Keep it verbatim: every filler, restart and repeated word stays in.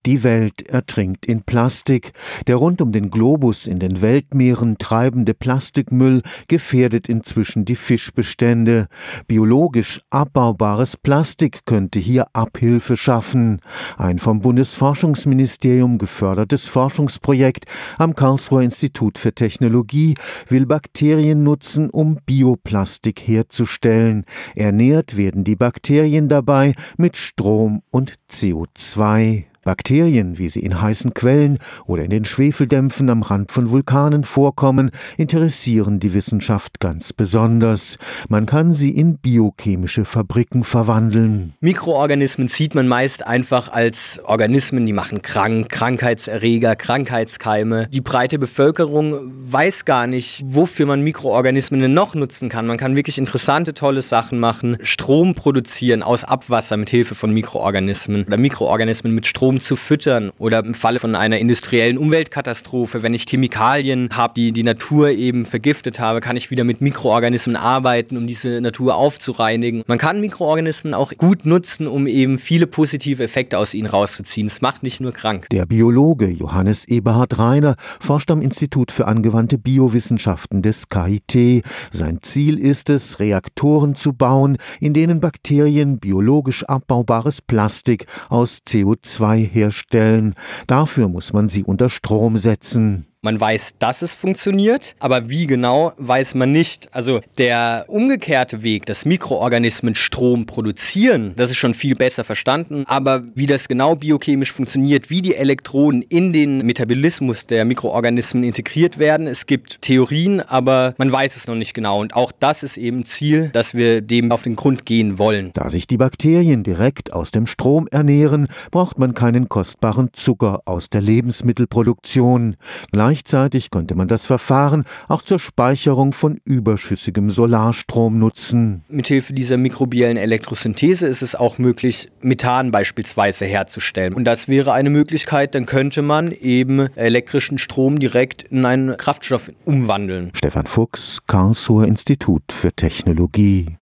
Die Welt ertrinkt in Plastik. Der rund um den Globus in den Weltmeeren treibende Plastikmüll gefährdet inzwischen die Fischbestände. Biologisch abbaubares Plastik könnte hier Abhilfe schaffen. Ein vom Bundesforschungsministerium gefördertes Forschungsprojekt am Karlsruher Institut für Technologie will Bakterien nutzen, um Bioplastik herzustellen. Ernährt werden die Bakterien dabei mit Strom und C O zwei. Bakterien, wie sie in heißen Quellen oder in den Schwefeldämpfen am Rand von Vulkanen vorkommen, interessieren die Wissenschaft ganz besonders. Man kann sie in biochemische Fabriken verwandeln. Mikroorganismen sieht man meist einfach als Organismen, die machen krank, Krankheitserreger, Krankheitskeime. Die breite Bevölkerung weiß gar nicht, wofür man Mikroorganismen denn noch nutzen kann. Man kann wirklich interessante, tolle Sachen machen. Strom produzieren aus Abwasser mit Hilfe von Mikroorganismen oder Mikroorganismen mit Strom zu füttern oder im Falle von einer industriellen Umweltkatastrophe, wenn ich Chemikalien habe, die die Natur eben vergiftet habe, kann ich wieder mit Mikroorganismen arbeiten, um diese Natur aufzureinigen. Man kann Mikroorganismen auch gut nutzen, um eben viele positive Effekte aus ihnen rauszuziehen. Es macht nicht nur krank. Der Biologe Johannes Eberhard Reiner forscht am Institut für angewandte Biowissenschaften des K I T. Sein Ziel ist es, Reaktoren zu bauen, in denen Bakterien biologisch abbaubares Plastik aus C O zwei herstellen. Dafür muss man sie unter Strom setzen. Man weiß, dass es funktioniert, aber wie genau, weiß man nicht. Also der umgekehrte Weg, dass Mikroorganismen Strom produzieren, das ist schon viel besser verstanden. Aber wie das genau biochemisch funktioniert, wie die Elektronen in den Metabolismus der Mikroorganismen integriert werden, es gibt Theorien, aber man weiß es noch nicht genau. Und auch das ist eben Ziel, dass wir dem auf den Grund gehen wollen. Da sich die Bakterien direkt aus dem Strom ernähren, braucht man keinen kostbaren Zucker aus der Lebensmittelproduktion. Gleichzeitig könnte man das Verfahren auch zur Speicherung von überschüssigem Solarstrom nutzen. Mithilfe dieser mikrobiellen Elektrosynthese ist es auch möglich, Methan beispielsweise herzustellen. Und das wäre eine Möglichkeit, dann könnte man eben elektrischen Strom direkt in einen Kraftstoff umwandeln. Stefan Fuchs, Karlsruher Institut für Technologie.